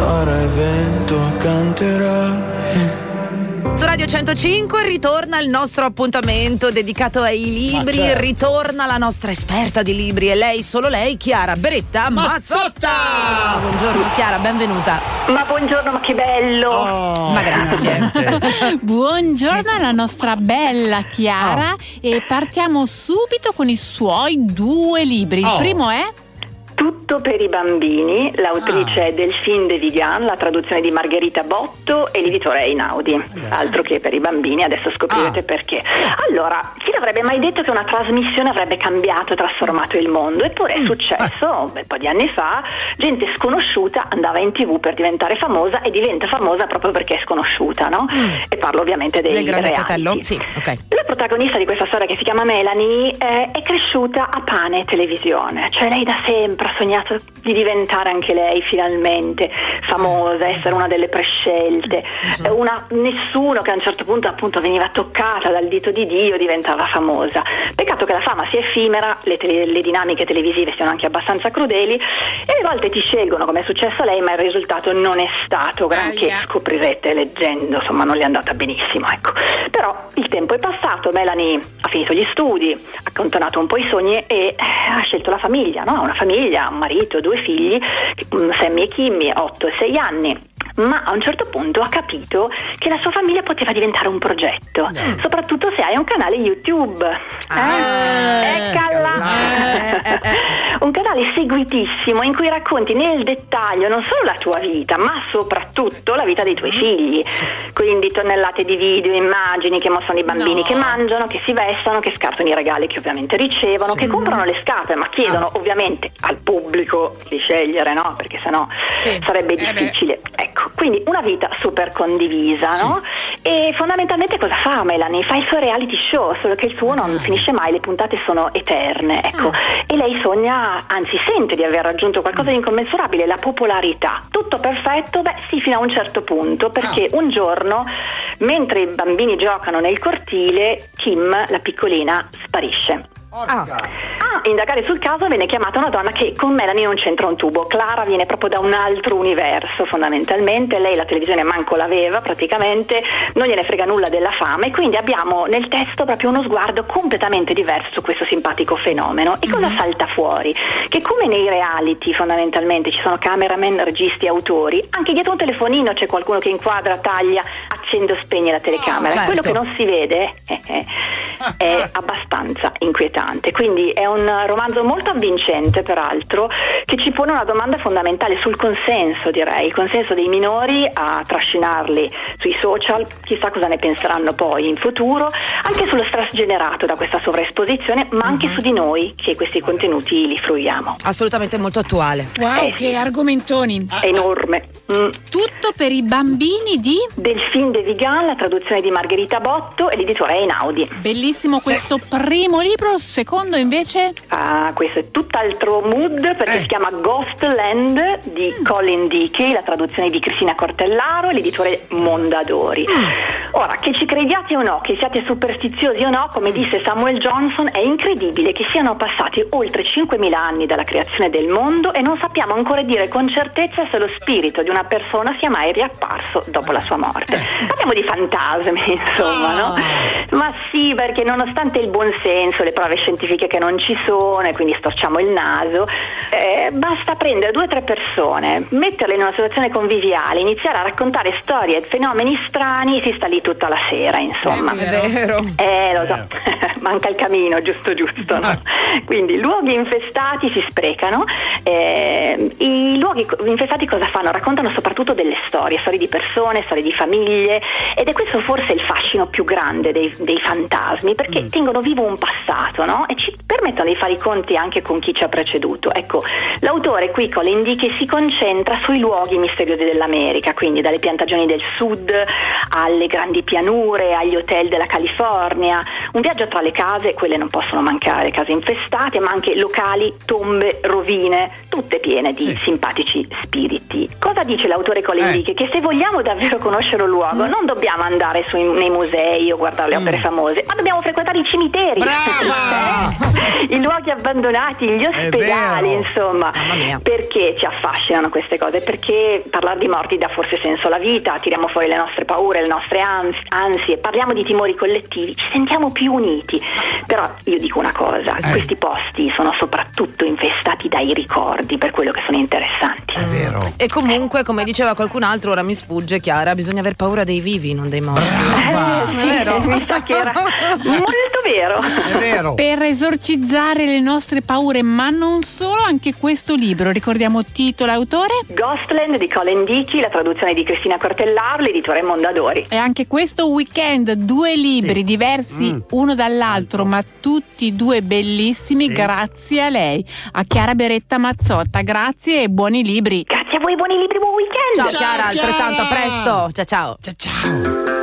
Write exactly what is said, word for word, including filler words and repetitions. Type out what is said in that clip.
farai vento, canterai. Su Radio centocinque ritorna il nostro appuntamento dedicato ai libri, certo. Ritorna la nostra esperta di libri, e lei, solo lei, Chiara Beretta Mazzotta. Buongiorno Chiara, benvenuta. Ma buongiorno, ma che bello. Oh, ma grazie. Buongiorno alla nostra bella Chiara, oh. E partiamo subito con i suoi due libri. Il oh. primo è Tutto per i bambini, l'autrice ah. è Delphine de Vigan, la traduzione di Margherita Botto e l'editore è Einaudi. Altro che per i bambini, adesso scoprirete ah. perché. Allora, chi avrebbe mai detto che una trasmissione avrebbe cambiato e trasformato il mondo? Eppure è successo un bel po' di anni fa, gente sconosciuta andava in tv per diventare famosa e diventa famosa proprio perché è sconosciuta, no? Mm. E parlo ovviamente dei Del Grande reality. Fratello? Sì, ok. La protagonista di questa storia, che si chiama Melanie, eh, è cresciuta a pane e televisione, cioè lei da sempre ha sognato di diventare anche lei finalmente famosa, essere una delle prescelte, uh-huh. una, nessuno che a un certo punto appunto veniva toccata dal dito di Dio diventava famosa. Peccato che la fama sia effimera, le, tele, le dinamiche televisive siano anche abbastanza crudeli e a volte ti scelgono, come è successo a lei, ma il risultato non è stato granché, ah, yeah. scoprirete leggendo, insomma non le è andata benissimo, ecco. Però il tempo è passato, Melanie ha finito gli studi, ha accantonato un po' i sogni e eh, ha scelto la famiglia, no? Una famiglia, un marito, due figli, Sammy e Kimmy, otto e sei anni. Ma a un certo punto ha capito che la sua famiglia poteva diventare un progetto, mm. soprattutto se hai un canale YouTube. Ah, eh? Eccola! Eh, eh, eh. Un canale seguitissimo in cui racconti nel dettaglio non solo la tua vita, ma soprattutto la vita dei tuoi figli. Quindi tonnellate di video, immagini che mostrano i bambini no. che mangiano, che si vestono, che scartano i regali che ovviamente ricevono, sì. che comprano le scarpe, ma chiedono ah. ovviamente al pubblico di scegliere, no? Perché sennò sì. sarebbe difficile. Eh ecco. Quindi una vita super condivisa, sì. no? E fondamentalmente cosa fa Melanie? Fa il suo reality show, solo che il suo non ah. finisce mai, le puntate sono eterne, ecco. Ah. E lei sogna, anzi sente di aver raggiunto qualcosa di incommensurabile, la popolarità. Tutto perfetto? Beh sì, fino a un certo punto, perché ah. un giorno, mentre i bambini giocano nel cortile, Kim, la piccolina, sparisce. Ah. A indagare sul caso viene chiamata una donna che con Melanie non c'entra un tubo. Clara viene proprio da un altro universo fondamentalmente, lei la televisione manco l'aveva praticamente, non gliene frega nulla della fama e quindi abbiamo nel testo proprio uno sguardo completamente diverso su questo simpatico fenomeno. E cosa mm-hmm. salta fuori? Che come nei reality fondamentalmente ci sono cameraman, registi, autori, anche dietro un telefonino c'è qualcuno che inquadra, taglia, accende o spegne la telecamera. Oh, certo. Quello che non si vede eh, eh, è abbastanza inquietante. Quindi è un romanzo molto avvincente, peraltro, che ci pone una domanda fondamentale sul consenso, direi, il consenso dei minori a trascinarli sui social, chissà cosa ne penseranno poi in futuro, anche sullo stress generato da questa sovraesposizione, ma anche uh-huh. su di noi che questi contenuti li fruiamo. Assolutamente molto attuale. Wow, eh, che argomentoni! Enorme. Mm. Tutto per i bambini di Delphine de Vigan, la traduzione di Margherita Botto e l'editore è Einaudi. Bellissimo questo sì. primo libro. Secondo invece? Ah, questo è tutt'altro mood perché eh. si chiama Ghostland di mm. Colin Dickey, la traduzione di Cristina Cortellaro e l'editore Mondadori. Mm. Ora, che ci crediate o no, che siate superstiziosi o no, come mm. disse Samuel Johnson, è incredibile che siano passati oltre cinquemila anni dalla creazione del mondo e non sappiamo ancora dire con certezza se lo spirito di una persona sia mai riapparso dopo la sua morte. Eh. Parliamo di fantasmi, insomma, oh. no? Ma sì, perché nonostante il buon senso, le prove scientifiche che non ci sono e quindi storciamo il naso, eh, basta prendere due o tre persone, metterle in una situazione conviviale, iniziare a raccontare storie e fenomeni strani e si sta lì tutta la sera, insomma. È vero. Eh, lo so, manca il camino, giusto giusto, no? Quindi luoghi infestati si sprecano, eh, i luoghi infestati cosa fanno? Raccontano soprattutto delle storie, storie di persone, storie di famiglie, ed è questo forse il fascino più grande dei, dei fantasmi, perché mm. tengono vivo un passato, no? E ci permettono di fare i conti anche con chi ci ha preceduto. Ecco, l'autore qui Colin Dickey si concentra sui luoghi misteriosi dell'America, quindi dalle piantagioni del sud alle grandi pianure, agli hotel della California, un viaggio tra le case, quelle non possono mancare, le case infestate, ma anche locali, tombe, rovine, tutte piene di sì. simpatici spiriti. Cosa dice l'autore Colin eh. Dickey? Che se vogliamo davvero conoscere un luogo mm. non dobbiamo andare su, nei musei o guardare le opere mm. famose, ma dobbiamo dobbiamo frequentare i cimiteri, i luoghi abbandonati, gli ospedali, insomma. Perché ci affascinano queste cose? Perché parlare di morti dà forse senso alla vita, tiriamo fuori le nostre paure, le nostre ans- ansie, parliamo di timori collettivi, ci sentiamo più uniti. Però io dico una cosa, eh. questi posti sono soprattutto infestati dai ricordi, per quello che sono interessanti. È vero. E comunque, come diceva qualcun altro, ora mi sfugge, Chiara, bisogna aver paura dei vivi, non dei morti. Eh, sì, è vero? Mi sa che era molto vero. È vero. Per esorcizzare le nostre paure, ma non solo, anche questo libro, ricordiamo titolo e autore? Ghostland di Colin Dickey, la traduzione di Cristina Cortellar, l'editore Mondadori. E anche questo weekend, due libri sì. diversi mm. uno dall'altro, ma tutti due bellissimi, sì. grazie a lei, a Chiara Beretta Mazzotta. Grazie e buoni libri. Grazie a voi, buoni libri, buon weekend. Ciao, ciao Chiara, Chiara, altrettanto, a presto. Ciao ciao. Ciao ciao.